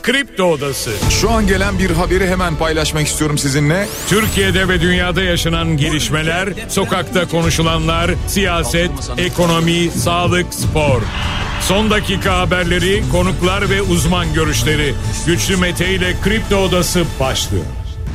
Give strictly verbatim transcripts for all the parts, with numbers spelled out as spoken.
Kripto Odası. Şu an gelen bir haberi hemen paylaşmak istiyorum sizinle. Türkiye'de ve dünyada yaşanan gelişmeler, sokakta konuşulanlar, siyaset, ekonomi, sağlık, spor. Son dakika haberleri, konuklar ve uzman görüşleri. Güçlü Mete ile Kripto Odası başlıyor.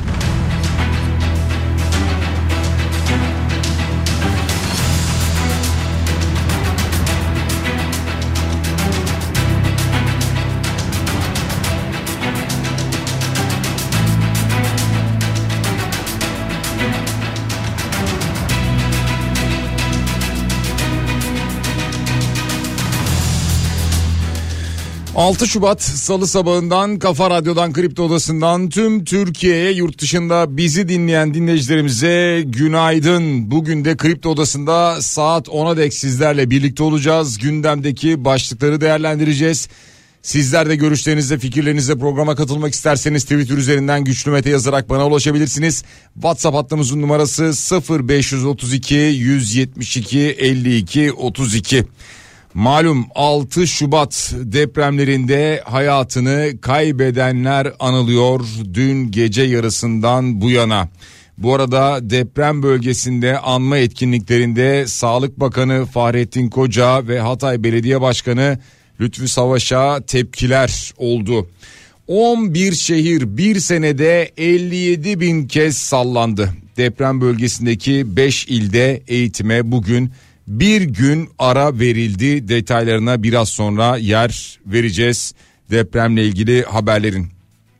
altı Şubat Salı sabahından Kafa Radyo'dan, Kripto Odası'ndan tüm Türkiye'ye, yurt dışında bizi dinleyen dinleyicilerimize günaydın. Bugün de Kripto Odası'nda saat ona dek sizlerle birlikte olacağız. Gündemdeki başlıkları değerlendireceğiz. Sizler de görüşlerinizle, fikirlerinizle programa katılmak isterseniz Twitter üzerinden Güçlü Mete yazarak bana ulaşabilirsiniz. WhatsApp hattımızın numarası sıfır beş otuz iki yüz yetmiş iki elli iki otuz iki. Malum altı Şubat depremlerinde hayatını kaybedenler anılıyor dün gece yarısından bu yana. Bu arada deprem bölgesinde anma etkinliklerinde Sağlık Bakanı Fahrettin Koca ve Hatay Belediye Başkanı Lütfü Savaş'a tepkiler oldu. on bir şehir bir senede elli yedi bin kez sallandı. Deprem bölgesindeki beş ilde eğitime bugün bir gün ara verildi. Detaylarına biraz sonra yer vereceğiz depremle ilgili haberlerin.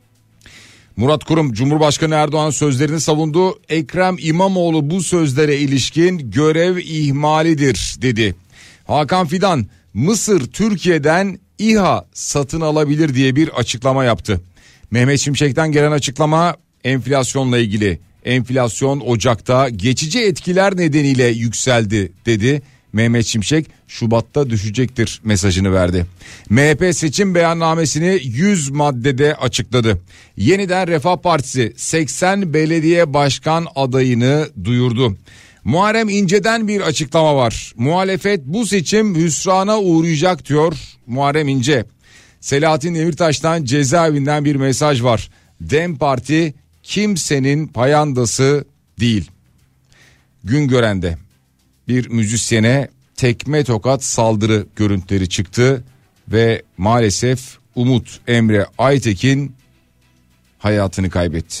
Murat Kurum Cumhurbaşkanı Erdoğan sözlerini savundu. Ekrem İmamoğlu bu sözlere ilişkin görev ihmalidir dedi. Hakan Fidan Mısır Türkiye'den İHA satın alabilir diye bir açıklama yaptı. Mehmet Şimşek'ten gelen açıklama enflasyonla ilgili. Enflasyon Ocak'ta geçici etkiler nedeniyle yükseldi dedi. Mehmet Şimşek Şubat'ta düşecektir mesajını verdi. M H P seçim beyannamesini yüz maddede açıkladı. Yeniden Refah Partisi seksen belediye başkan adayını duyurdu. Muharrem İnce'den bir açıklama var. Muhalefet bu seçim hüsrana uğrayacak diyor Muharrem İnce. Selahattin Demirtaş'tan cezaevinden bir mesaj var. DEM Parti kimsenin payandası değil. Güngören'de bir müzisyene tekme tokat saldırı görüntüleri çıktı ve maalesef Umut Emre Aytekin hayatını kaybetti.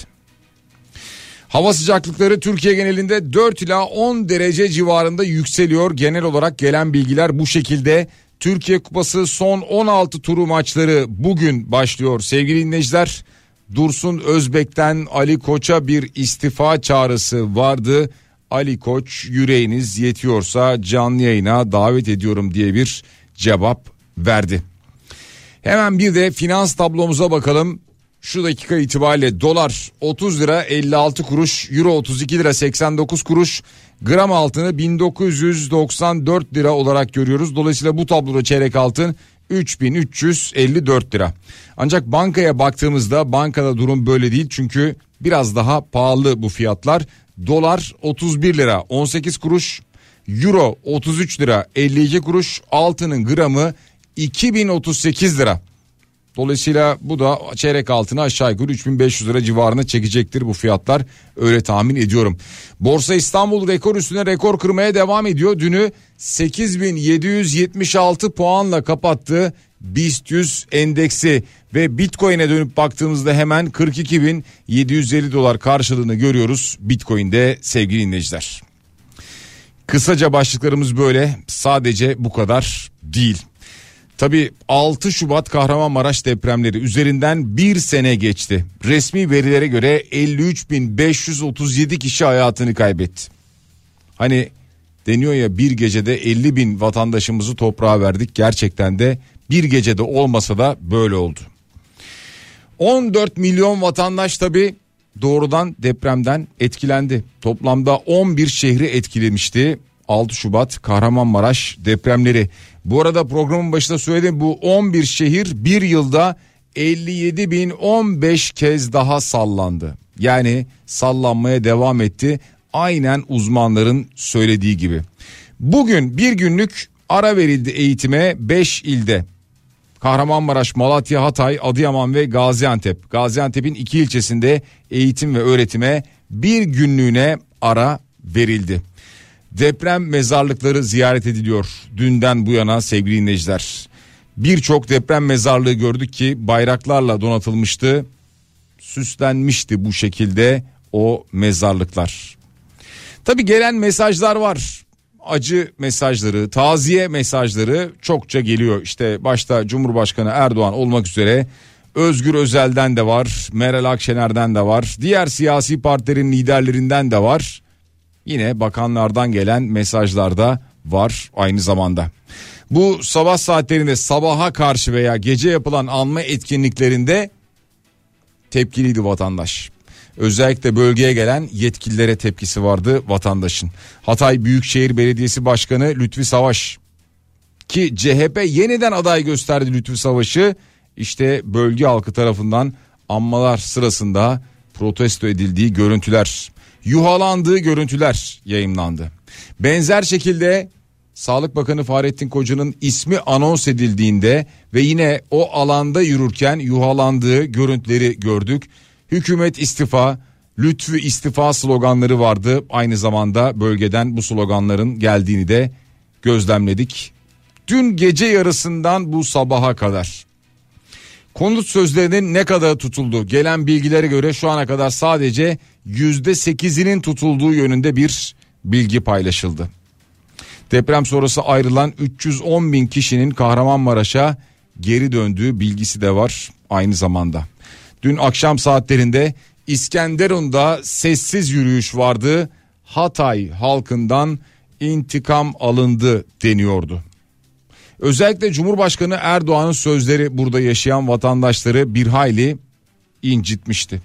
Hava sıcaklıkları Türkiye genelinde dört ila on derece civarında yükseliyor. Genel olarak gelen bilgiler bu şekilde. Türkiye Kupası son on altı turu maçları bugün başlıyor sevgili dinleyiciler. Dursun Özbek'ten Ali Koç'a bir istifa çağrısı vardı. Ali Koç yüreğiniz yetiyorsa canlı yayına davet ediyorum diye bir cevap verdi. Hemen bir de finans tablomuza bakalım. Şu dakika itibariyle dolar otuz lira elli altı kuruş, euro otuz iki lira seksen dokuz kuruş, gram altını bin dokuz yüz doksan dört lira olarak görüyoruz. Dolayısıyla bu tabloda çeyrek altın üç bin üç yüz elli dört lira. Ancak bankaya baktığımızda bankada durum böyle değil. Çünkü biraz daha pahalı bu fiyatlar. Dolar otuz bir lira on sekiz kuruş, euro otuz üç lira elli iki kuruş, altının gramı iki bin otuz sekiz lira. Dolayısıyla bu da çeyrek altını aşağı yukarı üç bin beş yüz lira civarına çekecektir bu fiyatlar, öyle tahmin ediyorum. Borsa İstanbul rekor üstüne rekor kırmaya devam ediyor. Dünü sekiz bin yedi yüz yetmiş altı puanla kapattı BIST yüz endeksi ve Bitcoin'e dönüp baktığımızda hemen kırk iki bin yedi yüz elli dolar karşılığını görüyoruz Bitcoin'de sevgili dinleyiciler. Kısaca başlıklarımız böyle, sadece bu kadar değil. Tabii altı Şubat Kahramanmaraş depremleri üzerinden bir sene geçti. Resmi verilere göre elli üç bin beş yüz otuz yedi kişi hayatını kaybetti. Hani deniyor ya, bir gecede elli bin vatandaşımızı toprağa verdik. Gerçekten de bir gecede olmasa da böyle oldu. on dört milyon vatandaş tabii doğrudan depremden etkilendi. Toplamda on bir şehri etkilemişti altı Şubat Kahramanmaraş depremleri. Bu arada programın başında söyledim, bu on bir şehir bir yılda elli yedi bin on beş kez daha sallandı. Yani sallanmaya devam etti, aynen uzmanların söylediği gibi. Bugün bir günlük ara verildi eğitime beş ilde. Kahramanmaraş, Malatya, Hatay, Adıyaman ve Gaziantep. Gaziantep'in iki ilçesinde eğitim ve öğretime bir günlüğüne ara verildi. Deprem mezarlıkları ziyaret ediliyor dünden bu yana sevgili dinleyiciler. Birçok deprem mezarlığı gördük ki bayraklarla donatılmıştı, süslenmişti bu şekilde o mezarlıklar. Tabii gelen mesajlar var. Acı mesajları, taziye mesajları çokça geliyor. İşte başta Cumhurbaşkanı Erdoğan olmak üzere Özgür Özel'den de var, Meral Akşener'den de var, diğer siyasi partilerin liderlerinden de var. Yine bakanlardan gelen mesajlar da var aynı zamanda. Bu sabah saatlerinde sabaha karşı veya gece yapılan anma etkinliklerinde tepkiliydi vatandaş. Özellikle bölgeye gelen yetkililere tepkisi vardı vatandaşın. Hatay Büyükşehir Belediyesi Başkanı Lütfi Savaş, ki C H P yeniden aday gösterdi Lütfi Savaş'ı, işte bölge halkı tarafından anmalar sırasında protesto edildiği görüntüler, yuhalandığı görüntüler yayımlandı. Benzer şekilde Sağlık Bakanı Fahrettin Koca'nın ismi anons edildiğinde ve yine o alanda yürürken yuhalandığı görüntüleri gördük. Hükümet istifa, Lütfü istifa sloganları vardı. Aynı zamanda bölgeden bu sloganların geldiğini de gözlemledik. Dün gece yarısından bu sabaha kadar konut sözlerinin ne kadar tutuldu? Gelen bilgilere göre şu ana kadar sadece yüzde sekizinin tutulduğu yönünde bir bilgi paylaşıldı. Deprem sonrası ayrılan üç yüz on bin kişinin Kahramanmaraş'a geri döndüğü bilgisi de var aynı zamanda. Dün akşam saatlerinde İskenderun'da sessiz yürüyüş vardı. Hatay halkından intikam alındı deniyordu. Özellikle Cumhurbaşkanı Erdoğan'ın sözleri burada yaşayan vatandaşları bir hayli incitmişti.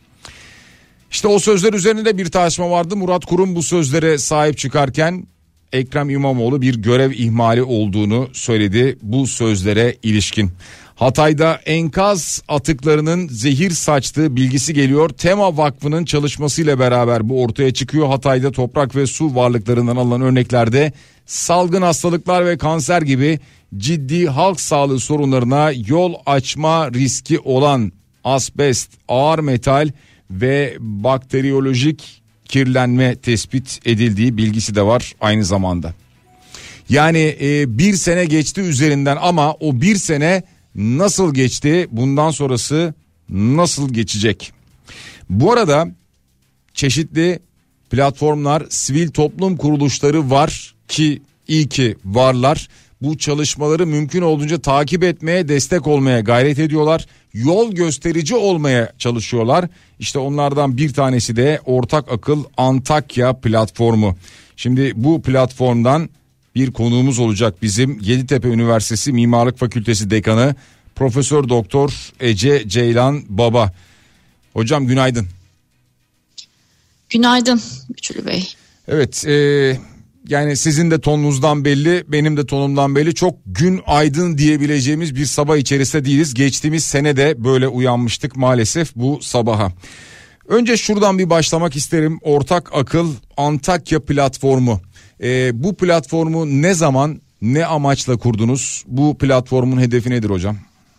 İşte o sözler üzerinde bir tartışma vardı. Murat Kurum bu sözlere sahip çıkarken Ekrem İmamoğlu bir görev ihmali olduğunu söyledi bu sözlere ilişkin. Hatay'da enkaz atıklarının zehir saçtığı bilgisi geliyor. Tema Vakfı'nın çalışmasıyla beraber bu ortaya çıkıyor. Hatay'da toprak ve su varlıklarından alınan örneklerde salgın hastalıklar ve kanser gibi ciddi halk sağlığı sorunlarına yol açma riski olan asbest, ağır metal ve bakteriyolojik kirlenme tespit edildiği bilgisi de var aynı zamanda. Yani e, bir sene geçti üzerinden ama o bir sene nasıl geçti, bundan sonrası nasıl geçecek? Bu arada çeşitli platformlar, sivil toplum kuruluşları var ki iyi ki varlar. Bu çalışmaları mümkün olduğunca takip etmeye, destek olmaya gayret ediyorlar. Yol gösterici olmaya çalışıyorlar. İşte onlardan bir tanesi de Ortak Akıl Antakya platformu. Şimdi bu platformdan bir konuğumuz olacak bizim. Yeditepe Üniversitesi Mimarlık Fakültesi Dekanı Profesör Doktor Ece Ceylan Baba. Hocam günaydın. Günaydın Güçlü Bey. Evet, e, yani sizin de tonunuzdan belli, benim de tonumdan belli. Çok gün aydın diyebileceğimiz bir sabah içerisinde değiliz. Geçtiğimiz sene de böyle uyanmıştık maalesef bu sabaha. Önce şuradan bir başlamak isterim. Ortak Akıl Antakya platformu. E, bu platformu ne zaman, ne amaçla kurdunuz? Bu platformun hedefi nedir hocam?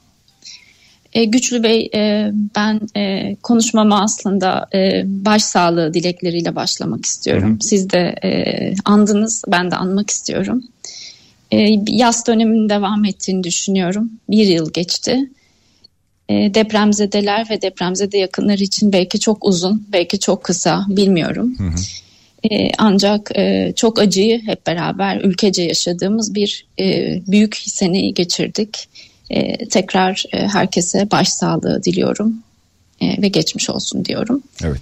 E, Güçlü Bey, e, ben e, konuşmama aslında e, başsağlığı dilekleriyle başlamak istiyorum. Hı hı. Siz de e, andınız, ben de anmak istiyorum. E, yaz döneminin devam ettiğini düşünüyorum. Bir yıl geçti. E, depremzedeler ve depremzede yakınları için belki çok uzun, belki çok kısa, bilmiyorum. Hı hı. E, ancak e, çok acıyı hep beraber ülkece yaşadığımız bir e, büyük seneyi geçirdik. Ee, tekrar e, herkese başsağlığı diliyorum e, ve geçmiş olsun diyorum. Evet.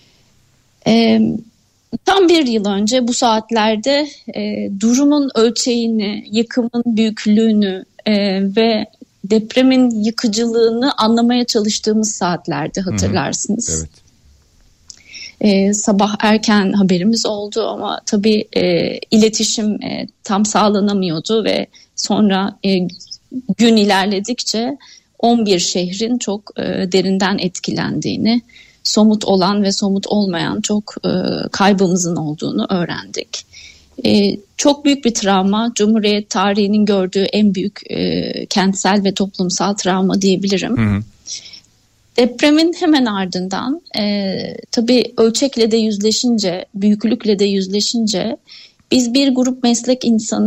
E, tam bir yıl önce bu saatlerde e, durumun ölçeğini, yıkımın büyüklüğünü e, ve depremin yıkıcılığını anlamaya çalıştığımız saatlerde hatırlarsınız. Hı hı. Evet. E, sabah erken haberimiz oldu ama tabii e, iletişim e, tam sağlanamıyordu ve sonra e, gün ilerledikçe on bir şehrin çok e, derinden etkilendiğini, somut olan ve somut olmayan çok e, kaybımızın olduğunu öğrendik. Ee, çok büyük bir travma, Cumhuriyet tarihinin gördüğü en büyük e, kentsel ve toplumsal travma diyebilirim. Hı hı. Depremin hemen ardından e, tabii ölçekle de yüzleşince, büyüklükle de yüzleşince biz bir grup meslek insanı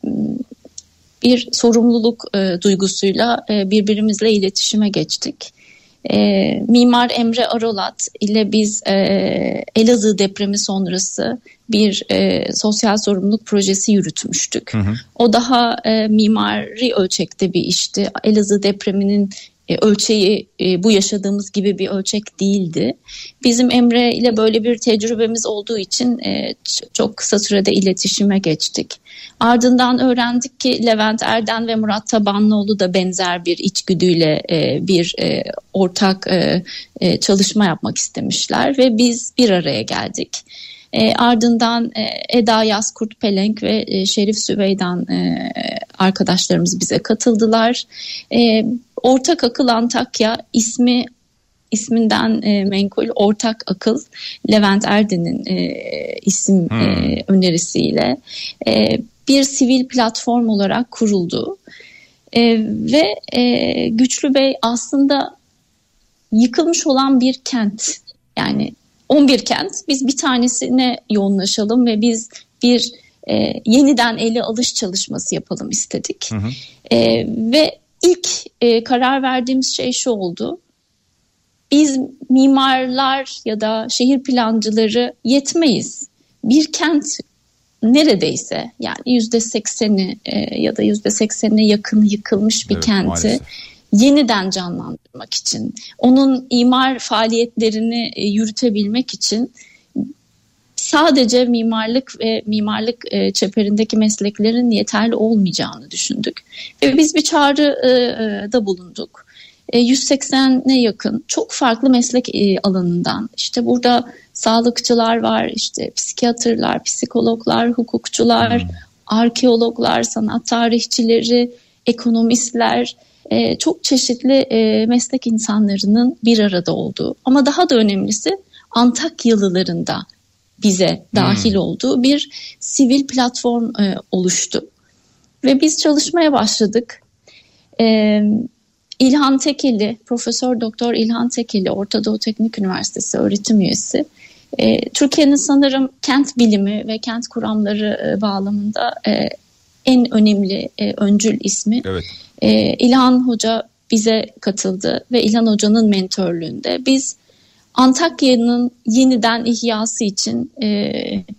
bir sorumluluk e, duygusuyla e, birbirimizle iletişime geçtik. E, Mimar Emre Arolat ile biz e, Elazığ depremi sonrası bir e, sosyal sorumluluk projesi yürütmüştük. Hı hı. O daha e, mimari ölçekte bir işti. Elazığ depreminin e, ölçeği e, bu yaşadığımız gibi bir ölçek değildi. Bizim Emre ile böyle bir tecrübemiz olduğu için e, çok kısa sürede iletişime geçtik. Ardından öğrendik ki Levent Erden ve Murat Tabanlıoğlu da benzer bir içgüdüyle e, bir e, ortak e, e, çalışma yapmak istemişler ve biz bir araya geldik. E, ardından e, Eda Yazkurt Pelenk ve e, Şerif Süveydan e, arkadaşlarımız bize katıldılar. E, Ortak Akıl Antakya ismi isminden e, menkul Ortak Akıl Levent Erden'in e, isim hmm. e, önerisiyle e, bir sivil platform olarak kuruldu. E, ve e, Güçlü Bey aslında yıkılmış olan bir kent, yani on bir kent, biz bir tanesine yoğunlaşalım ve biz bir e, yeniden ele alış çalışması yapalım istedik. Hı hı. E, ve ilk e, karar verdiğimiz şey şu oldu: biz mimarlar ya da şehir plancıları yetmeyiz. Bir kent neredeyse yani yüzde sekseni e, ya da yüzde seksenine yakın yıkılmış bir evet, kenti maalesef yeniden canlandırmak için, onun imar faaliyetlerini e, yürütebilmek için sadece mimarlık ve mimarlık e, çeperindeki mesleklerin yeterli olmayacağını düşündük. Ve biz bir çağrıda e, bulunduk. E, yüz seksene yakın çok farklı meslek e, alanından, işte burada sağlıkçılar var, işte psikiyatrlar, psikologlar, hukukçular, hmm. arkeologlar, sanat tarihçileri, ekonomistler, e, çok çeşitli e, meslek insanlarının bir arada olduğu ama daha da önemlisi Antakyalıların da bize dahil hmm. olduğu bir sivil platform e, oluştu. Ve biz çalışmaya başladık. E, İlhan Tekeli, Profesör Doktor İlhan Tekeli, Orta Doğu Teknik Üniversitesi öğretim üyesi. E, Türkiye'nin sanırım kent bilimi ve kent kuramları e, bağlamında e, en önemli e, öncül ismi. Evet. E, İlhan Hoca bize katıldı ve İlhan Hoca'nın mentörlüğünde biz Antakya'nın yeniden ihyası için e,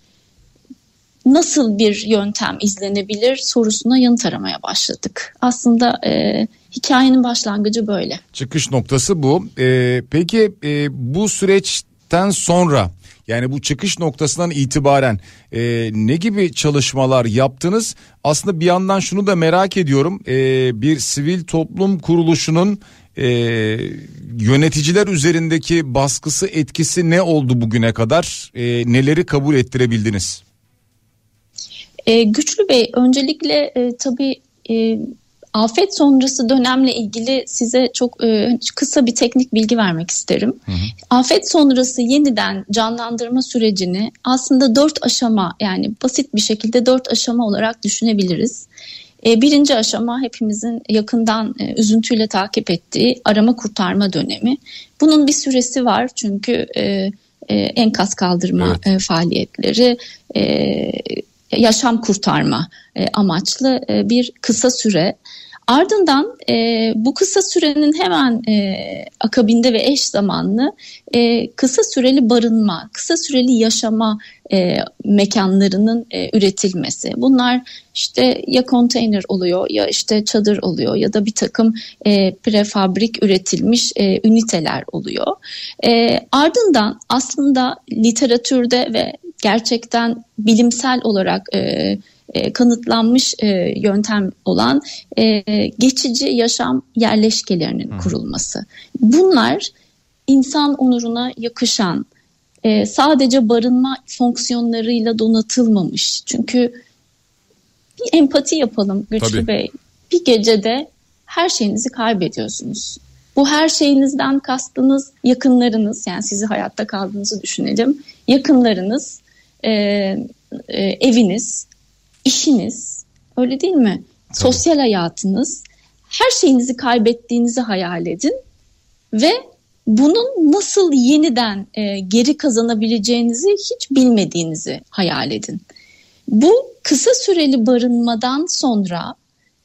nasıl bir yöntem izlenebilir sorusuna yanıt aramaya başladık. Aslında e, hikayenin başlangıcı böyle. Çıkış noktası bu. Ee, peki e, bu süreçten sonra, yani bu çıkış noktasından itibaren e, ne gibi çalışmalar yaptınız? Aslında bir yandan şunu da merak ediyorum. E, bir sivil toplum kuruluşunun e, yöneticiler üzerindeki baskısı, etkisi ne oldu bugüne kadar? E, neleri kabul ettirebildiniz? E, Güçlü Bey, öncelikle e, tabii e, afet sonrası dönemle ilgili size çok e, kısa bir teknik bilgi vermek isterim. Hı hı. Afet sonrası yeniden canlandırma sürecini aslında dört aşama, yani basit bir şekilde dört aşama olarak düşünebiliriz. E, birinci aşama hepimizin yakından e, üzüntüyle takip ettiği arama kurtarma dönemi. Bunun bir süresi var çünkü e, e, enkaz kaldırma evet. e, faaliyetleri, e, yaşam kurtarma e, amaçlı e, bir kısa süre. Ardından e, bu kısa sürenin hemen e, akabinde ve eş zamanlı e, kısa süreli barınma, kısa süreli yaşama e, mekanlarının e, üretilmesi. Bunlar işte ya konteyner oluyor, ya işte çadır oluyor, ya da bir takım e, prefabrik üretilmiş e, üniteler oluyor. E, ardından aslında literatürde ve gerçekten bilimsel olarak e, e, kanıtlanmış e, yöntem olan e, geçici yaşam yerleşkelerinin hmm. kurulması. Bunlar insan onuruna yakışan, e, sadece barınma fonksiyonlarıyla donatılmamış. Çünkü bir empati yapalım Güçlü Tabii. Bey. Bir gecede her şeyinizi kaybediyorsunuz. Bu her şeyinizden kastınız yakınlarınız, yani sizi hayatta kaldığınızı düşünelim. Yakınlarınız, e, e, eviniz, işiniz, öyle değil mi? Tabii. Sosyal hayatınız, her şeyinizi kaybettiğinizi hayal edin ve bunun nasıl yeniden e, geri kazanabileceğinizi hiç bilmediğinizi hayal edin. Bu kısa süreli barınmadan sonra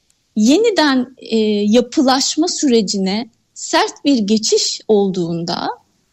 yeniden e, yapılaşma sürecine sert bir geçiş olduğunda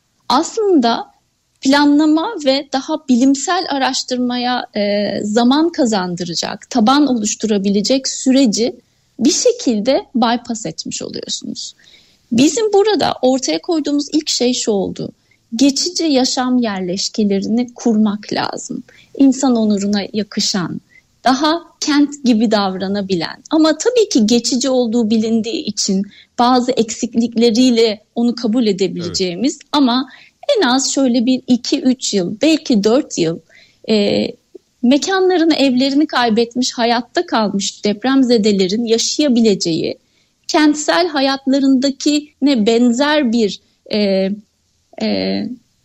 aslında planlama ve daha bilimsel araştırmaya e, zaman kazandıracak, taban oluşturabilecek süreci bir şekilde bypass etmiş oluyorsunuz. Bizim burada ortaya koyduğumuz ilk şey şu oldu. Geçici yaşam yerleşkelerini kurmak lazım. İnsan onuruna yakışan, daha kent gibi davranabilen ama tabii ki geçici olduğu bilindiği için bazı eksiklikleriyle onu kabul edebileceğimiz, evet, ama en az şöyle bir iki üç yıl, belki dört yıl e, mekanlarını, evlerini kaybetmiş, hayatta kalmış depremzedelerin yaşayabileceği, kentsel hayatlarındakine benzer bir e, e,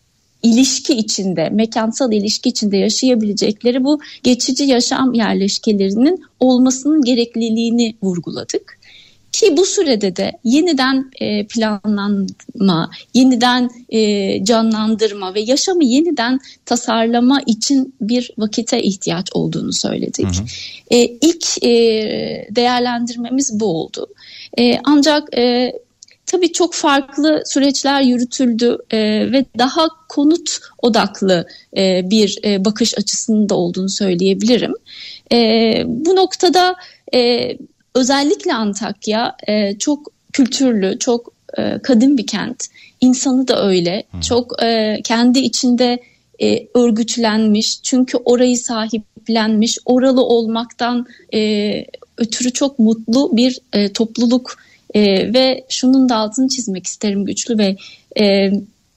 ilişki içinde, mekansal ilişki içinde yaşayabilecekleri bu geçici yaşam yerleşkelerinin olmasının gerekliliğini vurguladık. Ki bu sürede de yeniden e, planlanma, yeniden e, canlandırma ve yaşamı yeniden tasarlama için bir vakite ihtiyaç olduğunu söyledik. Hı hı. E, ilk e, değerlendirmemiz bu oldu. E, ancak e, tabii çok farklı süreçler yürütüldü e, ve daha konut odaklı e, bir e, bakış açısında olduğunu söyleyebilirim. E, bu noktada e, özellikle Antakya e, çok kültürlü, çok e, kadim bir kent. İnsanı da öyle. Hmm. Çok e, kendi içinde e, örgütlenmiş. Çünkü orayı sahiplenmiş, oralı olmaktan e, ötürü çok mutlu bir e, topluluk. E, ve şunun da altını çizmek isterim Güçlü Bey. E,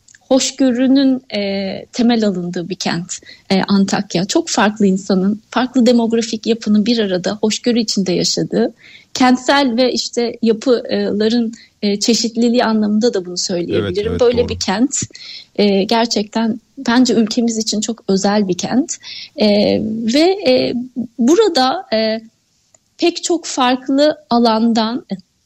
hoşgörünün e, temel alındığı bir kent e, Antakya. Çok farklı insanın, farklı demografik yapının bir arada hoşgörü içinde yaşadığı, kentsel ve işte yapıların e, çeşitliliği anlamında da bunu söyleyebilirim. Evet, evet, böyle doğru bir kent. E, gerçekten bence ülkemiz için çok özel bir kent. E, ve e, burada e, pek çok farklı alandan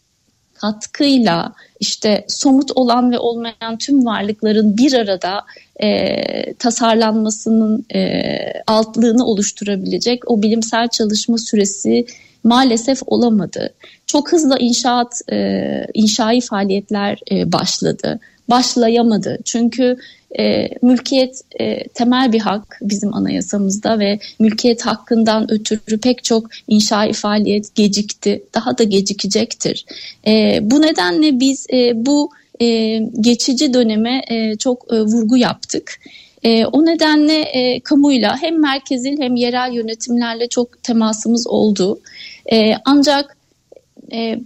katkıyla işte somut olan ve olmayan tüm varlıkların bir arada e, tasarlanmasının e, altlığını oluşturabilecek o bilimsel çalışma süresi maalesef olamadı. Çok hızlı inşaat, e, inşai faaliyetler e, başladı. Başlayamadı. Çünkü e, mülkiyet e, temel bir hak bizim anayasamızda ve mülkiyet hakkından ötürü pek çok inşai faaliyet gecikti. Daha da gecikecektir. E, bu nedenle biz e, bu e, geçici döneme e, çok e, vurgu yaptık. E, o nedenle e, kamuyla hem merkezil hem yerel yönetimlerle çok temasımız oldu. E, ancak e,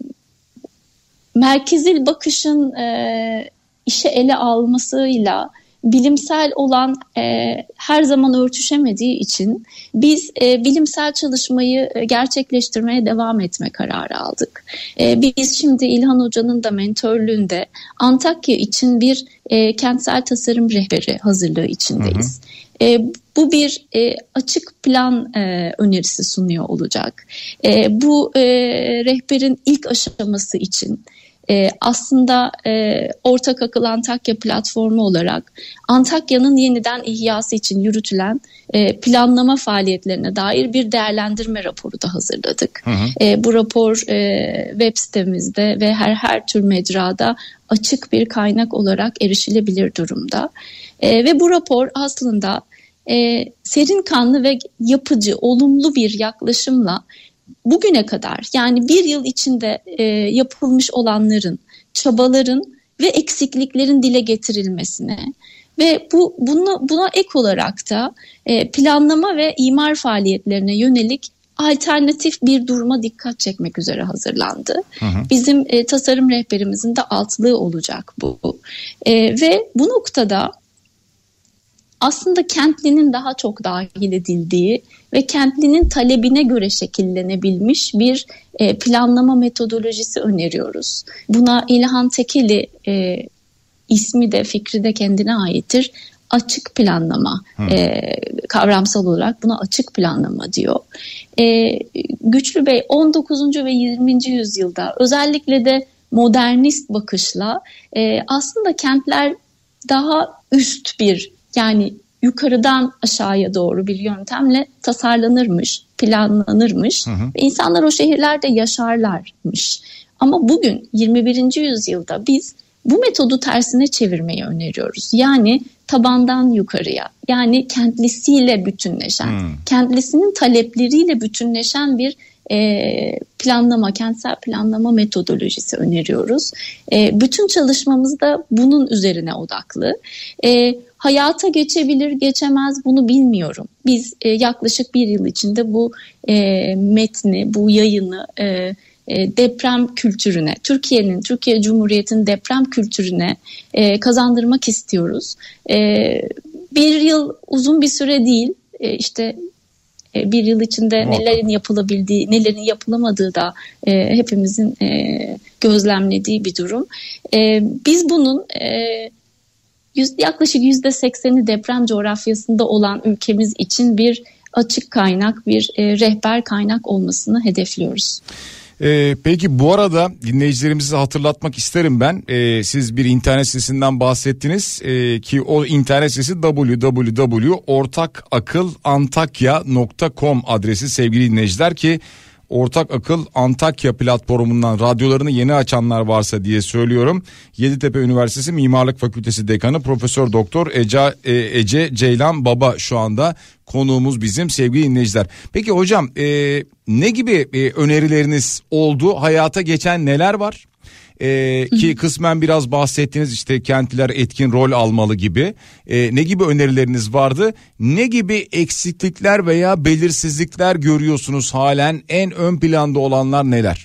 merkezil bakışın e, işe ele almasıyla bilimsel olan e, her zaman örtüşemediği için biz e, bilimsel çalışmayı e, gerçekleştirmeye devam etme kararı aldık. E, biz şimdi İlhan Hoca'nın da mentörlüğünde Antakya için bir e, kentsel tasarım rehberi hazırlığı içindeyiz. Hı hı. E, bu bir e, açık plan e, önerisi sunuyor olacak. E, bu e, rehberin ilk aşaması için Ee, aslında e, Ortak Akıl Antakya platformu olarak Antakya'nın yeniden ihyası için yürütülen e, planlama faaliyetlerine dair bir değerlendirme raporu da hazırladık. Hı hı. E, bu rapor e, web sitemizde ve her her tür mecrada açık bir kaynak olarak erişilebilir durumda. E, ve bu rapor aslında e, serin kanlı ve yapıcı, olumlu bir yaklaşımla bugüne kadar, yani bir yıl içinde e, yapılmış olanların, çabaların ve eksikliklerin dile getirilmesine ve bu bunu, buna ek olarak da e, planlama ve imar faaliyetlerine yönelik alternatif bir duruma dikkat çekmek üzere hazırlandı. Hı hı. Bizim e, tasarım rehberimizin de altlığı olacak bu. E, ve bu noktada aslında kentlinin daha çok dahil edildiği ve kentlinin talebine göre şekillenebilmiş bir e, planlama metodolojisi öneriyoruz. Buna İlhan Tekeli e, ismi de fikri de kendine aittir. açık planlama, e, kavramsal olarak buna açık planlama diyor. E, Güçlü Bey on dokuzuncu ve yirminci yüzyılda özellikle de modernist bakışla e, aslında kentler daha üst bir, yani yukarıdan aşağıya doğru bir yöntemle tasarlanırmış, planlanırmış hı hı. ve insanlar o şehirlerde yaşarlarmış. Ama bugün yirmi birinci yüzyılda biz bu metodu tersine çevirmeyi öneriyoruz. Yani tabandan yukarıya, yani kentlisiyle bütünleşen, hmm. kentlisinin talepleriyle bütünleşen bir e, planlama, kentsel planlama metodolojisi öneriyoruz. E, bütün ççalışmamız da bunun üzerine odaklı. E, hayata geçebilir, geçemez bunu bilmiyorum. Biz e, yaklaşık bir yıl içinde bu e, metni, bu yayını e, deprem kültürüne, Türkiye'nin, Türkiye Cumhuriyeti'nin deprem kültürüne e, kazandırmak istiyoruz. E, bir yıl uzun bir süre değil, e, işte e, bir yıl içinde Muhakkak. nelerin yapılabildiği, nelerin yapılamadığı da e, hepimizin e, gözlemlediği bir durum. E, biz bunun e, yüz, yaklaşık yüzde sekseni deprem coğrafyasında olan ülkemiz için bir açık kaynak, bir e, rehber kaynak olmasını hedefliyoruz. Ee, peki bu arada dinleyicilerimize hatırlatmak isterim ben. Ee, siz bir internet sitesinden bahsettiniz ee, ki o internet sitesi double-u double-u double-u nokta ortak akıl antakya nokta com adresi sevgili dinleyiciler, ki Ortak Akıl Antakya platformundan radyolarını yeni açanlar varsa diye söylüyorum. Yeditepe Üniversitesi Mimarlık Fakültesi Dekanı Profesör Doktor Ece, Ece Ceylan Baba şu anda konuğumuz bizim sevgili dinleyiciler. Peki hocam e, ne gibi e, önerileriniz oldu? Hayata geçen neler var? Ee, ki kısmen biraz bahsettiniz, işte kentliler etkin rol almalı gibi. Ee, ne gibi önerileriniz vardı? Ne gibi eksiklikler veya belirsizlikler görüyorsunuz halen? En ön planda olanlar neler?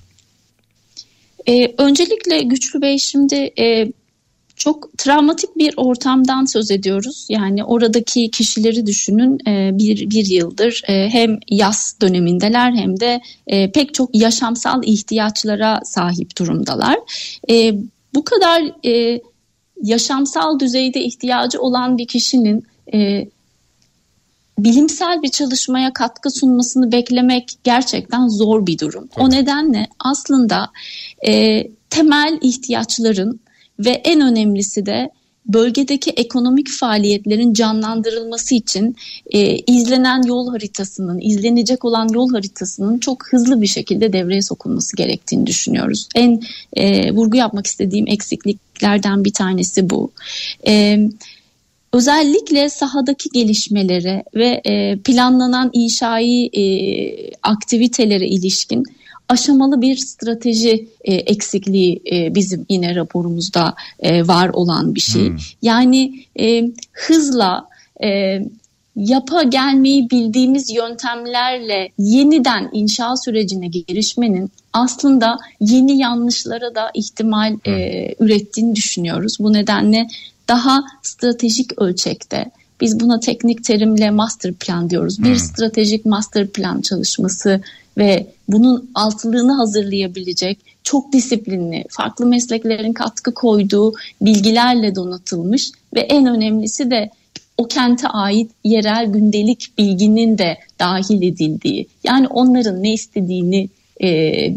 Ee, öncelikle Güçlü Bey, şimdi e, çok travmatik bir ortamdan söz ediyoruz. Yani oradaki kişileri düşünün, e, bir, bir yıldır e, hem yaz dönemindeler hem de e, pek çok yaşamsal ihtiyaçlara sahip durumdalar. E, bu kadar e, yaşamsal düzeyde ihtiyacı olan bir kişinin e, bilimsel bir çalışmaya katkı sunmasını beklemek gerçekten zor bir durum. Tabii. O nedenle aslında e, temel ihtiyaçların ve en önemlisi de bölgedeki ekonomik faaliyetlerin canlandırılması için e, izlenen yol haritasının, izlenecek olan yol haritasının çok hızlı bir şekilde devreye sokulması gerektiğini düşünüyoruz. En e, vurgu yapmak istediğim eksikliklerden bir tanesi bu. E, özellikle sahadaki gelişmelere ve e, planlanan inşai e, aktivitelere ilişkin aşamalı bir strateji e, eksikliği e, bizim yine raporumuzda e, var olan bir şey. Hmm. Yani e, hızla e, yapa gelmeyi bildiğimiz yöntemlerle yeniden inşa sürecine girişmenin aslında yeni yanlışlara da ihtimal hmm. e, ürettiğini düşünüyoruz. Bu nedenle daha stratejik ölçekte, biz buna teknik terimle master plan diyoruz. Bir hmm. stratejik master plan çalışması ve bunun altlığını hazırlayabilecek çok disiplinli, farklı mesleklerin katkı koyduğu bilgilerle donatılmış ve en önemlisi de o kente ait yerel gündelik bilginin de dahil edildiği, yani onların ne istediğini E,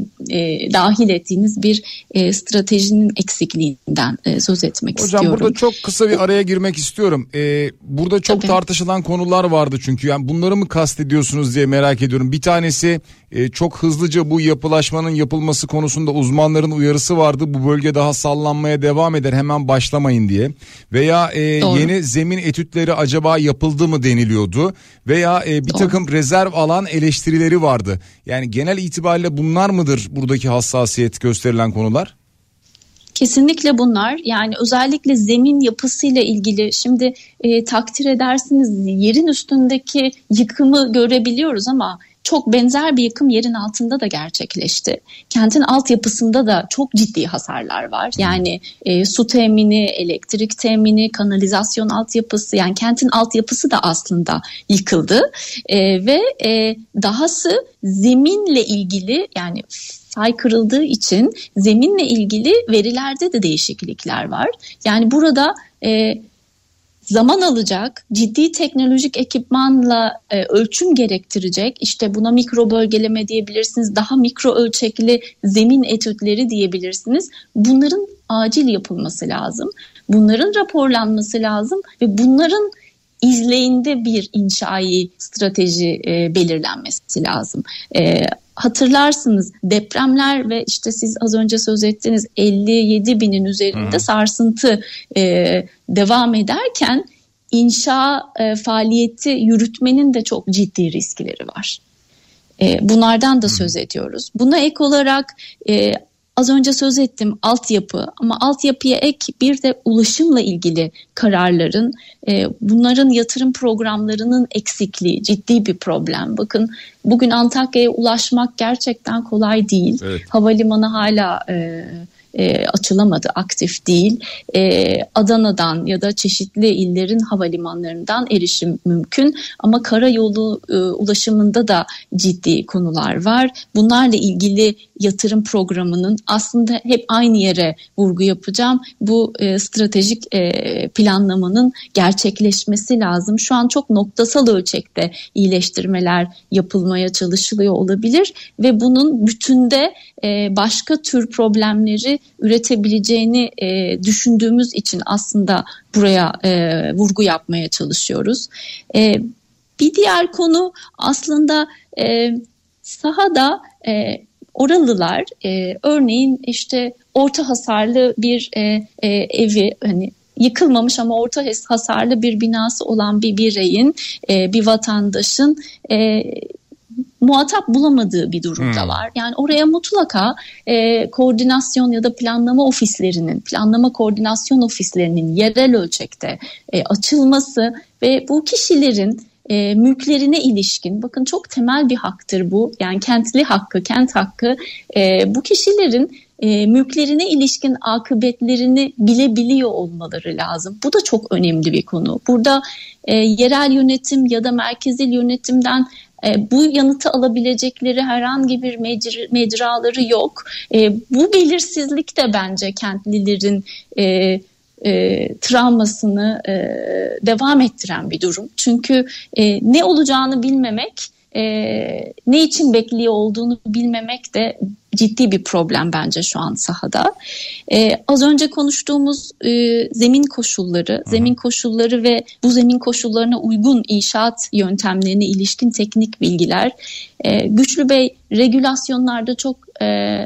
e, dahil ettiğiniz bir e, stratejinin eksikliğinden e, söz etmek Hocam, istiyorum. Hocam burada çok kısa bir araya girmek istiyorum. Ee, burada çok Tabii. tartışılan konular vardı çünkü, yani bunları mı kastediyorsunuz diye merak ediyorum. Bir tanesi e, çok hızlıca bu yapılaşmanın yapılması konusunda uzmanların uyarısı vardı. Bu bölge daha sallanmaya devam eder, hemen başlamayın diye. Veya e, yeni zemin etütleri acaba yapıldı mı deniliyordu. Veya e, bir Doğru. takım rezerv alan eleştirileri vardı. Yani genel itibariyle bunlar mıdır buradaki hassasiyet gösterilen konular? Kesinlikle bunlar. Yani özellikle zemin yapısıyla ilgili şimdi e, takdir edersiniz, yerin üstündeki yıkımı görebiliyoruz ama çok benzer bir yıkım yerin altında da gerçekleşti. Kentin altyapısında da çok ciddi hasarlar var. Yani e, su temini, elektrik temini, kanalizasyon altyapısı, yani kentin altyapısı da aslında yıkıldı. E, ve e, dahası zeminle ilgili, yani fay kırıldığı için zeminle ilgili verilerde de değişiklikler var. Yani burada e, zaman alacak, ciddi teknolojik ekipmanla e, ölçüm gerektirecek. İşte buna mikro bölgeleme diyebilirsiniz, daha mikro ölçekli zemin etütleri diyebilirsiniz. Bunların acil yapılması lazım. Bunların raporlanması lazım ve bunların izleyinde bir inşai strateji e, belirlenmesi lazım. E, hatırlarsınız depremler ve işte siz az önce söz ettiğiniz elli yedi binin üzerinde hmm. sarsıntı e, devam ederken inşa e, faaliyeti yürütmenin de çok ciddi riskleri var. E, bunlardan da söz ediyoruz. Buna ek olarak e, az önce söz ettim altyapı, ama altyapıya ek bir de ulaşımla ilgili kararların, e, bunların yatırım programlarının eksikliği ciddi bir problem. Bakın bugün Antakya'ya ulaşmak gerçekten kolay değil. Evet. Havalimanı hala e, e, açılamadı, aktif değil. E, Adana'dan ya da çeşitli illerin havalimanlarından erişim mümkün ama karayolu e, ulaşımında da ciddi konular var. Bunlarla ilgili yatırım programının aslında hep aynı yere vurgu yapacağım. Bu e, stratejik e, planlamanın gerçekleşmesi lazım. Şu an çok noktasal ölçekte iyileştirmeler yapılmaya çalışılıyor olabilir ve bunun bütünde e, başka tür problemleri üretebileceğini e, düşündüğümüz için aslında buraya e, vurgu yapmaya çalışıyoruz. E, bir diğer konu aslında e, sahada e, oralılar e, örneğin işte orta hasarlı bir e, e, evi, hani yıkılmamış ama orta hasarlı bir binası olan bir bireyin, e, bir vatandaşın e, muhatap bulamadığı bir durumda hmm. var. Yani oraya mutlaka e, koordinasyon ya da planlama ofislerinin, planlama koordinasyon ofislerinin yerel ölçekte e, açılması ve bu kişilerin e, mülklerine ilişkin, bakın çok temel bir haktır bu. Yani kentli hakkı, kent hakkı, e, bu kişilerin e, mülklerine ilişkin akıbetlerini bilebiliyor olmaları lazım. Bu da çok önemli bir konu. Burada e, yerel yönetim ya da merkezi yönetimden E, bu yanıtı alabilecekleri herhangi bir mecra, mecraları yok. E, bu belirsizlik de bence kentlilerin e, e, travmasını e, devam ettiren bir durum. Çünkü e, ne olacağını bilmemek, e, ne için bekliyor olduğunu bilmemek de ciddi bir problem bence şu an sahada. Ee, az önce konuştuğumuz e, zemin koşulları, Hı. zemin koşulları ve bu zemin koşullarına uygun inşaat yöntemlerine ilişkin teknik bilgiler. Ee, Güçlü Bey, regülasyonlarda çok e,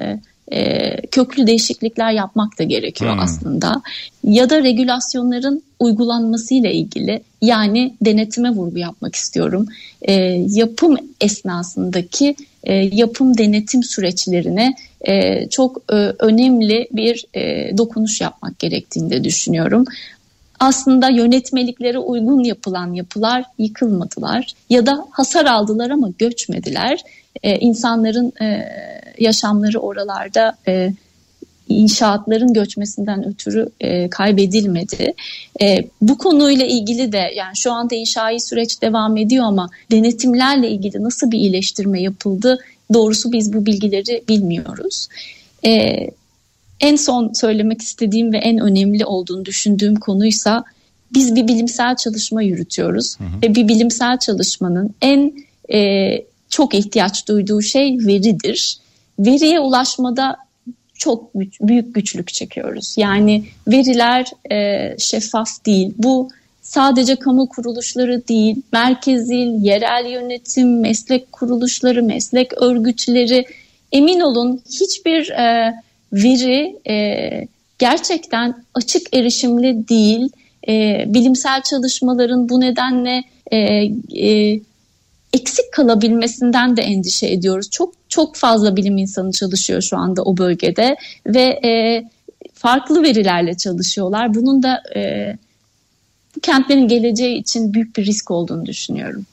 e, köklü değişiklikler yapmak da gerekiyor Hı. aslında. Ya da regülasyonların uygulanmasıyla ilgili, yani denetime vurgu yapmak istiyorum. E, yapım esnasındaki E, yapım denetim süreçlerine e, çok e, önemli bir e, dokunuş yapmak gerektiğini de düşünüyorum. Aslında yönetmeliklere uygun yapılan yapılar yıkılmadılar ya da hasar aldılar ama göçmediler. E, insanların e, yaşamları oralarda e, inşaatların göçmesinden ötürü e, kaybedilmedi. E, bu konuyla ilgili de, yani şu anda inşai süreç devam ediyor ama denetimlerle ilgili nasıl bir iyileştirme yapıldı? Doğrusu biz bu bilgileri bilmiyoruz. E, en son söylemek istediğim ve en önemli olduğunu düşündüğüm konuysa, biz bir bilimsel çalışma yürütüyoruz. Hı hı. Ve bir bilimsel çalışmanın en e, çok ihtiyaç duyduğu şey veridir. Veriye ulaşmada çok büyük güçlük çekiyoruz. Yani veriler e, şeffaf değil. Bu sadece kamu kuruluşları değil, merkezi, yerel yönetim, meslek kuruluşları, meslek örgütleri, emin olun hiçbir e, veri e, gerçekten açık erişimli değil. E, bilimsel çalışmaların bu nedenle e, e, eksik kalabilmesinden de endişe ediyoruz. Çok çok fazla bilim insanı çalışıyor şu anda o bölgede ve e, farklı verilerle çalışıyorlar. Bunun da e, bu kentlerin geleceği için büyük bir risk olduğunu düşünüyorum.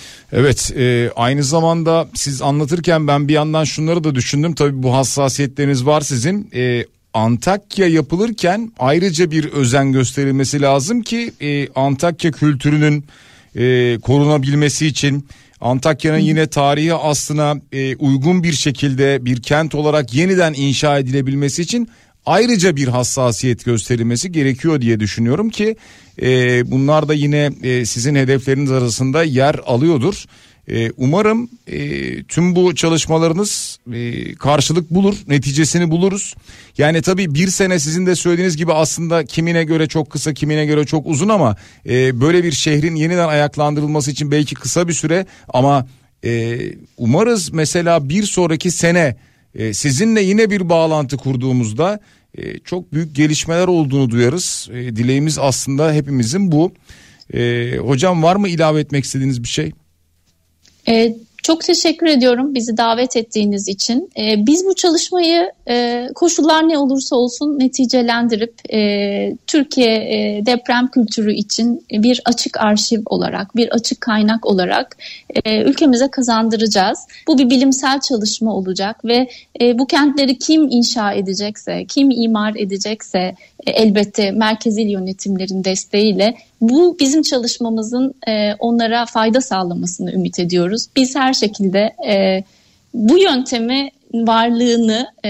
Evet, e, aynı zamanda siz anlatırken ben bir yandan şunları da düşündüm. Tabii bu hassasiyetleriniz var sizin. E, Antakya yapılırken ayrıca bir özen gösterilmesi lazım ki e, Antakya kültürünün e, korunabilmesi için, Antakya'nın yine tarihi aslına e, uygun bir şekilde bir kent olarak yeniden inşa edilebilmesi için ayrıca bir hassasiyet gösterilmesi gerekiyor diye düşünüyorum ki e, bunlar da yine e, sizin hedefleriniz arasında yer alıyordur. E, umarım e, tüm bu çalışmalarınız e, karşılık bulur, neticesini buluruz. Yani tabii bir sene sizin de söylediğiniz gibi aslında kimine göre çok kısa, kimine göre çok uzun ama e, böyle bir şehrin yeniden ayaklandırılması için belki kısa bir süre ama e, umarız mesela bir sonraki sene e, sizinle yine bir bağlantı kurduğumuzda e, çok büyük gelişmeler olduğunu duyarız. E, dileğimiz aslında hepimizin bu. E, hocam var mı ilave etmek istediğiniz bir şey? Evet. Çok teşekkür ediyorum bizi davet ettiğiniz için. Ee, biz bu çalışmayı e, koşullar ne olursa olsun neticelendirip e, Türkiye e, deprem kültürü için bir açık arşiv olarak, bir açık kaynak olarak e, ülkemize kazandıracağız. Bu bir bilimsel çalışma olacak ve e, bu kentleri kim inşa edecekse, kim imar edecekse e, elbette merkezi yönetimlerin desteğiyle bu bizim çalışmamızın e, onlara fayda sağlamasını ümit ediyoruz. Biz her şekilde e, bu yöntemi varlığını e,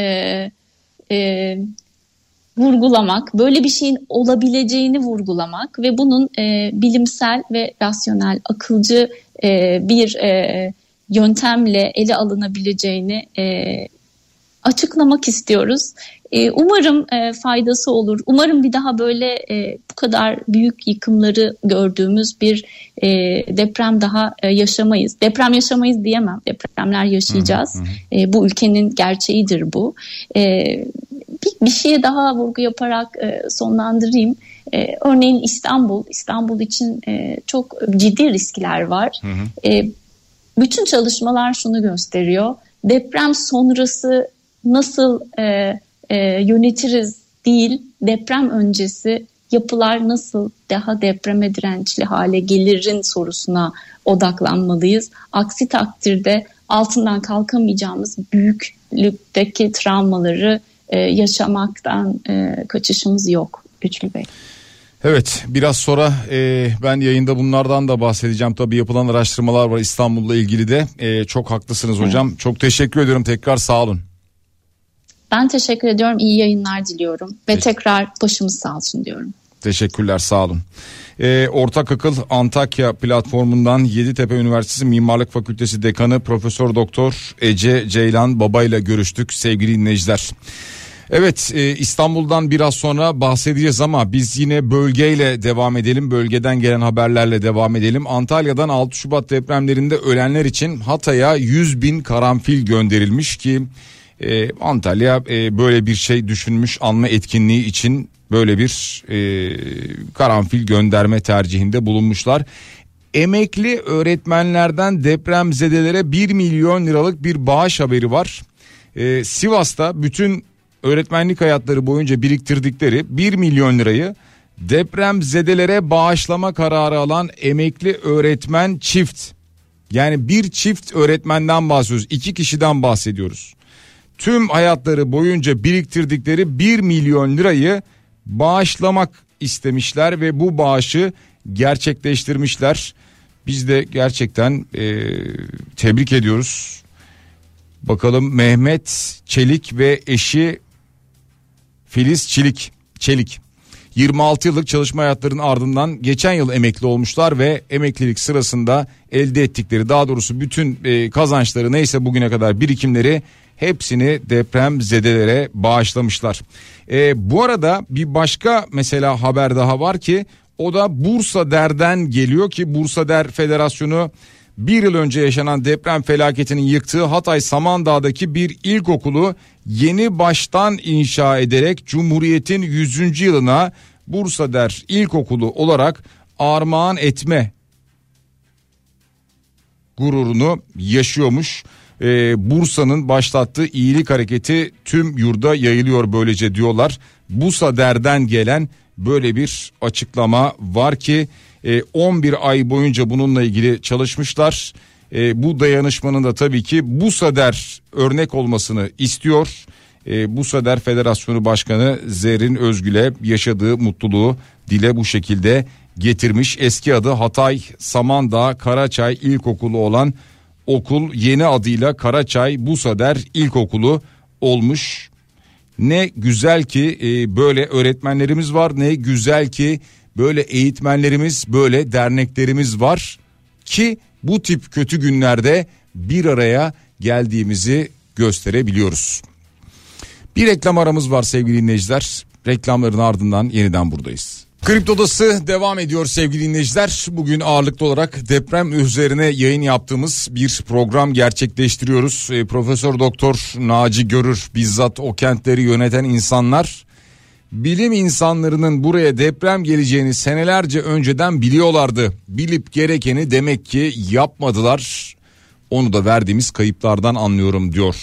e, vurgulamak, böyle bir şeyin olabileceğini vurgulamak ve bunun e, bilimsel ve rasyonel, akılcı e, bir e, yöntemle ele alınabileceğini e, açıklamak istiyoruz. Ee, umarım e, faydası olur. Umarım bir daha böyle e, bu kadar büyük yıkımları gördüğümüz bir e, deprem daha e, yaşamayız. Deprem yaşamayız diyemem. Depremler yaşayacağız. Hı hı. E, bu ülkenin gerçeğidir bu. E, bir, bir şeye daha vurgu yaparak e, sonlandırayım. E, örneğin İstanbul. İstanbul için e, çok ciddi riskler var. Hı hı. E, bütün çalışmalar şunu gösteriyor. Deprem sonrası nasıl e, e, yönetiriz değil, deprem öncesi yapılar nasıl daha depreme dirençli hale gelirin sorusuna odaklanmalıyız. Aksi takdirde altından kalkamayacağımız büyüklükteki travmaları e, yaşamaktan e, kaçışımız yok Güçlü Bey. Evet, biraz sonra e, ben yayında bunlardan da bahsedeceğim. Tabii yapılan araştırmalar var İstanbul'la ilgili de. E, çok haklısınız hocam. Evet. Çok teşekkür ediyorum tekrar, sağ olun. Ben teşekkür ediyorum. İyi yayınlar diliyorum. Ve tekrar başımız sağ olsun diyorum. Teşekkürler, sağ olun. Ee, Ortak Akıl Antakya platformundan Yeditepe Üniversitesi Mimarlık Fakültesi Dekanı Profesör Doktor Ece Ceylan Baba ile görüştük sevgili dinleyiciler. Evet, e, İstanbul'dan biraz sonra bahsedeceğiz ama biz yine bölgeyle devam edelim. Bölgeden gelen haberlerle devam edelim. Antalya'dan altı Şubat depremlerinde ölenler için Hatay'a yüz bin karanfil gönderilmiş ki e, Antalya e, böyle bir şey düşünmüş, anma etkinliği için böyle bir e, karanfil gönderme tercihinde bulunmuşlar. Emekli öğretmenlerden depremzedelere bir milyon liralık bir bağış haberi var. E, Sivas'ta bütün öğretmenlik hayatları boyunca biriktirdikleri bir milyon lirayı depremzedelere bağışlama kararı alan emekli öğretmen çift. Yani bir çift öğretmenden bahsediyoruz. İki kişiden bahsediyoruz. Tüm hayatları boyunca biriktirdikleri bir milyon lirayı bağışlamak istemişler ve bu bağışı gerçekleştirmişler. Biz de gerçekten e, tebrik ediyoruz. Bakalım Mehmet Çelik ve eşi Filiz Çelik, Çelik yirmi altı yıllık çalışma hayatlarının ardından geçen yıl emekli olmuşlar ve emeklilik sırasında elde ettikleri, daha doğrusu bütün e, kazançları neyse bugüne kadar birikimleri hepsini depremzedelere bağışlamışlar. E, bu arada bir başka mesela haber daha var ki o da Bursader'den geliyor ki Bursader Federasyonu bir yıl önce yaşanan deprem felaketinin yıktığı Hatay Samandağ'daki bir ilkokulu yeni baştan inşa ederek Cumhuriyet'in yüzüncü yılına Bursader İlkokulu olarak armağan etme gururunu yaşıyormuş. Ee, Bursa'nın başlattığı iyilik hareketi tüm yurda yayılıyor böylece diyorlar. Bursader'den gelen böyle bir açıklama var ki on bir ay boyunca bununla ilgili çalışmışlar. E, bu dayanışmanın da tabii ki Bursader örnek olmasını istiyor. E, Bursader Federasyonu Başkanı Zerrin Özgül'e yaşadığı mutluluğu dile bu şekilde getirmiş. Eski adı Hatay Samandağ Karaçay İlkokulu olan okul yeni adıyla Karaçay Bursader İlkokulu olmuş. Ne güzel ki e, böyle öğretmenlerimiz var, ne güzel ki böyle eğitmenlerimiz, böyle derneklerimiz var ki bu tip kötü günlerde bir araya geldiğimizi gösterebiliyoruz. Bir reklam aramız var sevgili dinleyiciler. Reklamların ardından yeniden buradayız. Kripto Odası devam ediyor sevgili dinleyiciler. Bugün ağırlıklı olarak deprem üzerine yayın yaptığımız bir program gerçekleştiriyoruz. E, Profesör Doktor Naci Görür, bizzat o kentleri yöneten insanlar, bilim insanlarının buraya deprem geleceğini senelerce önceden biliyorlardı. Bilip gerekeni demek ki yapmadılar. Onu da verdiğimiz kayıplardan anlıyorum diyor.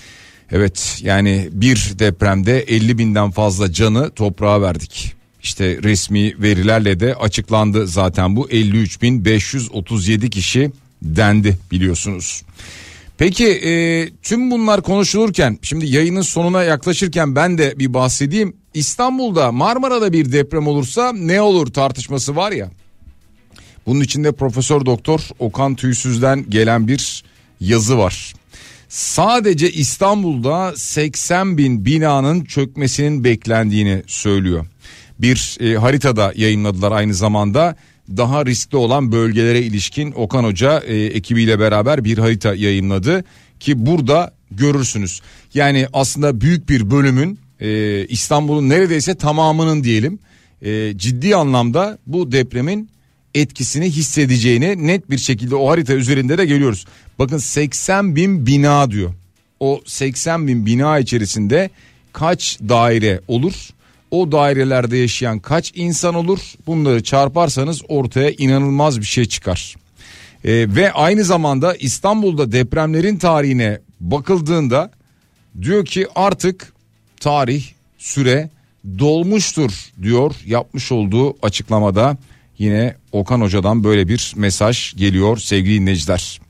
Evet, yani bir depremde elli binden fazla canı toprağa verdik. İşte resmi verilerle de açıklandı zaten bu, elli üç bin beş yüz otuz yedi kişi dendi biliyorsunuz. Peki e, tüm bunlar konuşulurken, şimdi yayının sonuna yaklaşırken ben de bir bahsedeyim. İstanbul'da, Marmara'da bir deprem olursa ne olur tartışması var ya. Bunun içinde Profesör Doktor Okan Tüysüz'den gelen bir yazı var. Sadece İstanbul'da seksen bin binanın çökmesinin beklendiğini söylüyor. Bir e, haritada yayınladılar aynı zamanda, daha riskli olan bölgelere ilişkin Okan Hoca e, ekibiyle beraber bir harita yayınladı ki burada görürsünüz. Yani aslında büyük bir bölümün, e, İstanbul'un neredeyse tamamının diyelim, e, ciddi anlamda bu depremin etkisini hissedeceğini net bir şekilde o harita üzerinde de görüyoruz. Bakın seksen bin bina diyor. O seksen bin bina içerisinde kaç daire olur? O dairelerde yaşayan kaç insan olur? Bunları çarparsanız ortaya inanılmaz bir şey çıkar. Ee, ve aynı zamanda İstanbul'da depremlerin tarihine bakıldığında diyor ki artık tarih, süre dolmuştur diyor yapmış olduğu açıklamada. Yine Okan Hoca'dan böyle bir mesaj geliyor sevgili dinleyiciler.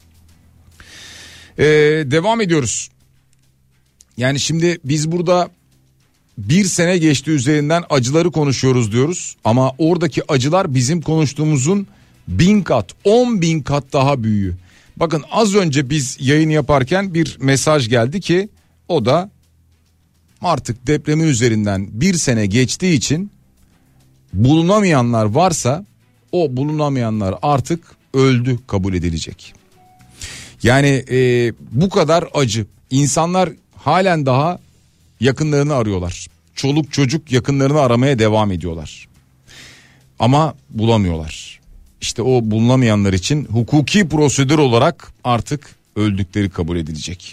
Ee, devam ediyoruz. Yani şimdi biz burada bir sene geçti üzerinden, acıları konuşuyoruz diyoruz. Ama oradaki acılar bizim konuştuğumuzun bin kat, on bin kat daha büyüğü. Bakın az önce biz yayın yaparken bir mesaj geldi ki o da artık depremin üzerinden bir sene geçtiği için bulunamayanlar varsa o bulunamayanlar artık öldü kabul edilecek. Yani e, bu kadar acı. İnsanlar halen daha yakınlarını arıyorlar. Çoluk çocuk yakınlarını aramaya devam ediyorlar. Ama bulamıyorlar. İşte o bulunamayanlar için hukuki prosedür olarak artık öldükleri kabul edilecek.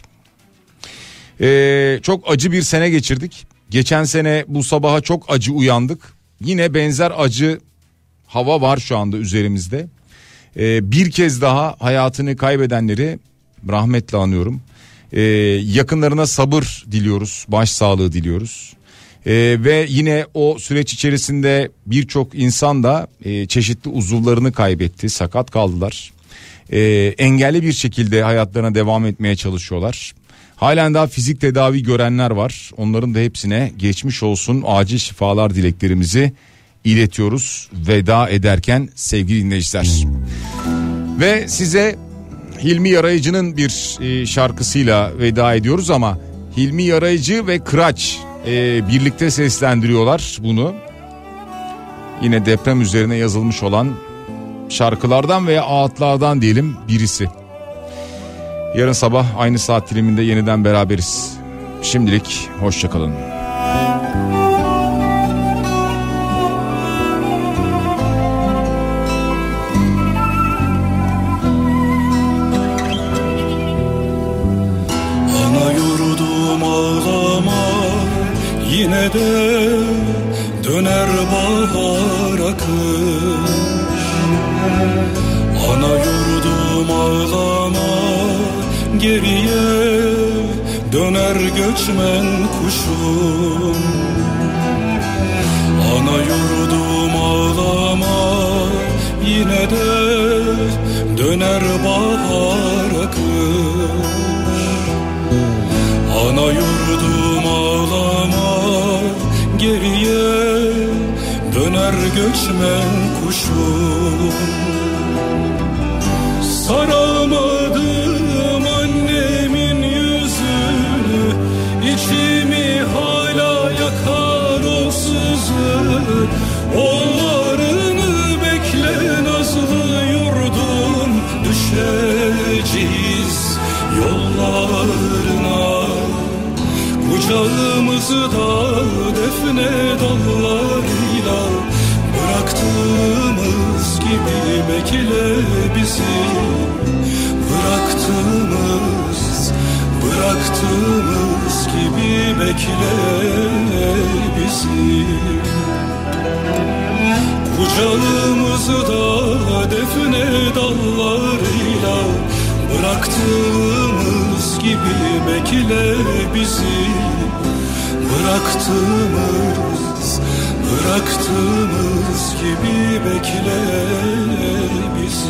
Ee, çok acı bir sene geçirdik. Geçen sene bu sabaha çok acı uyandık. Yine benzer acı hava var şu anda üzerimizde. Ee, bir kez daha hayatını kaybedenleri rahmetle anıyorum. Ee, yakınlarına sabır diliyoruz, başsağlığı diliyoruz. Ee, ve yine o süreç içerisinde birçok insan da e, çeşitli uzuvlarını kaybetti, sakat kaldılar. Ee, engelli bir şekilde hayatlarına devam etmeye çalışıyorlar. Halen daha fizik tedavi görenler var. Onların da hepsine geçmiş olsun, acil şifalar dileklerimizi iletiyoruz veda ederken sevgili dinleyiciler. Ve size Hilmi Yarayıcı'nın bir e, şarkısıyla veda ediyoruz ama Hilmi Yarayıcı ve Kıraç e, birlikte seslendiriyorlar bunu. Yine deprem üzerine yazılmış olan şarkılardan veya ağıtlardan diyelim birisi. Yarın sabah aynı saat diliminde yeniden beraberiz. Şimdilik hoşça kalın. Yine de döner bahar akış. Ana yurdum ağlama, geriye döner göçmen kuşum. Ana yurdum ağlama, yine de döner bahar akış. Ana yurdum ağlama, geriye döner göçmen kuşum. Saramadım annemin yüzünü, içimi hala Kucağımızı da defne dallarıyla bıraktığımız gibi bekle bizi. Bıraktığımız, bıraktığımız gibi bekle bizi. Kucağımızı da defne dallarıyla bıraktığımız gibi bekle bizi. Bıraktığımız, bıraktığımız gibi bekle bizi.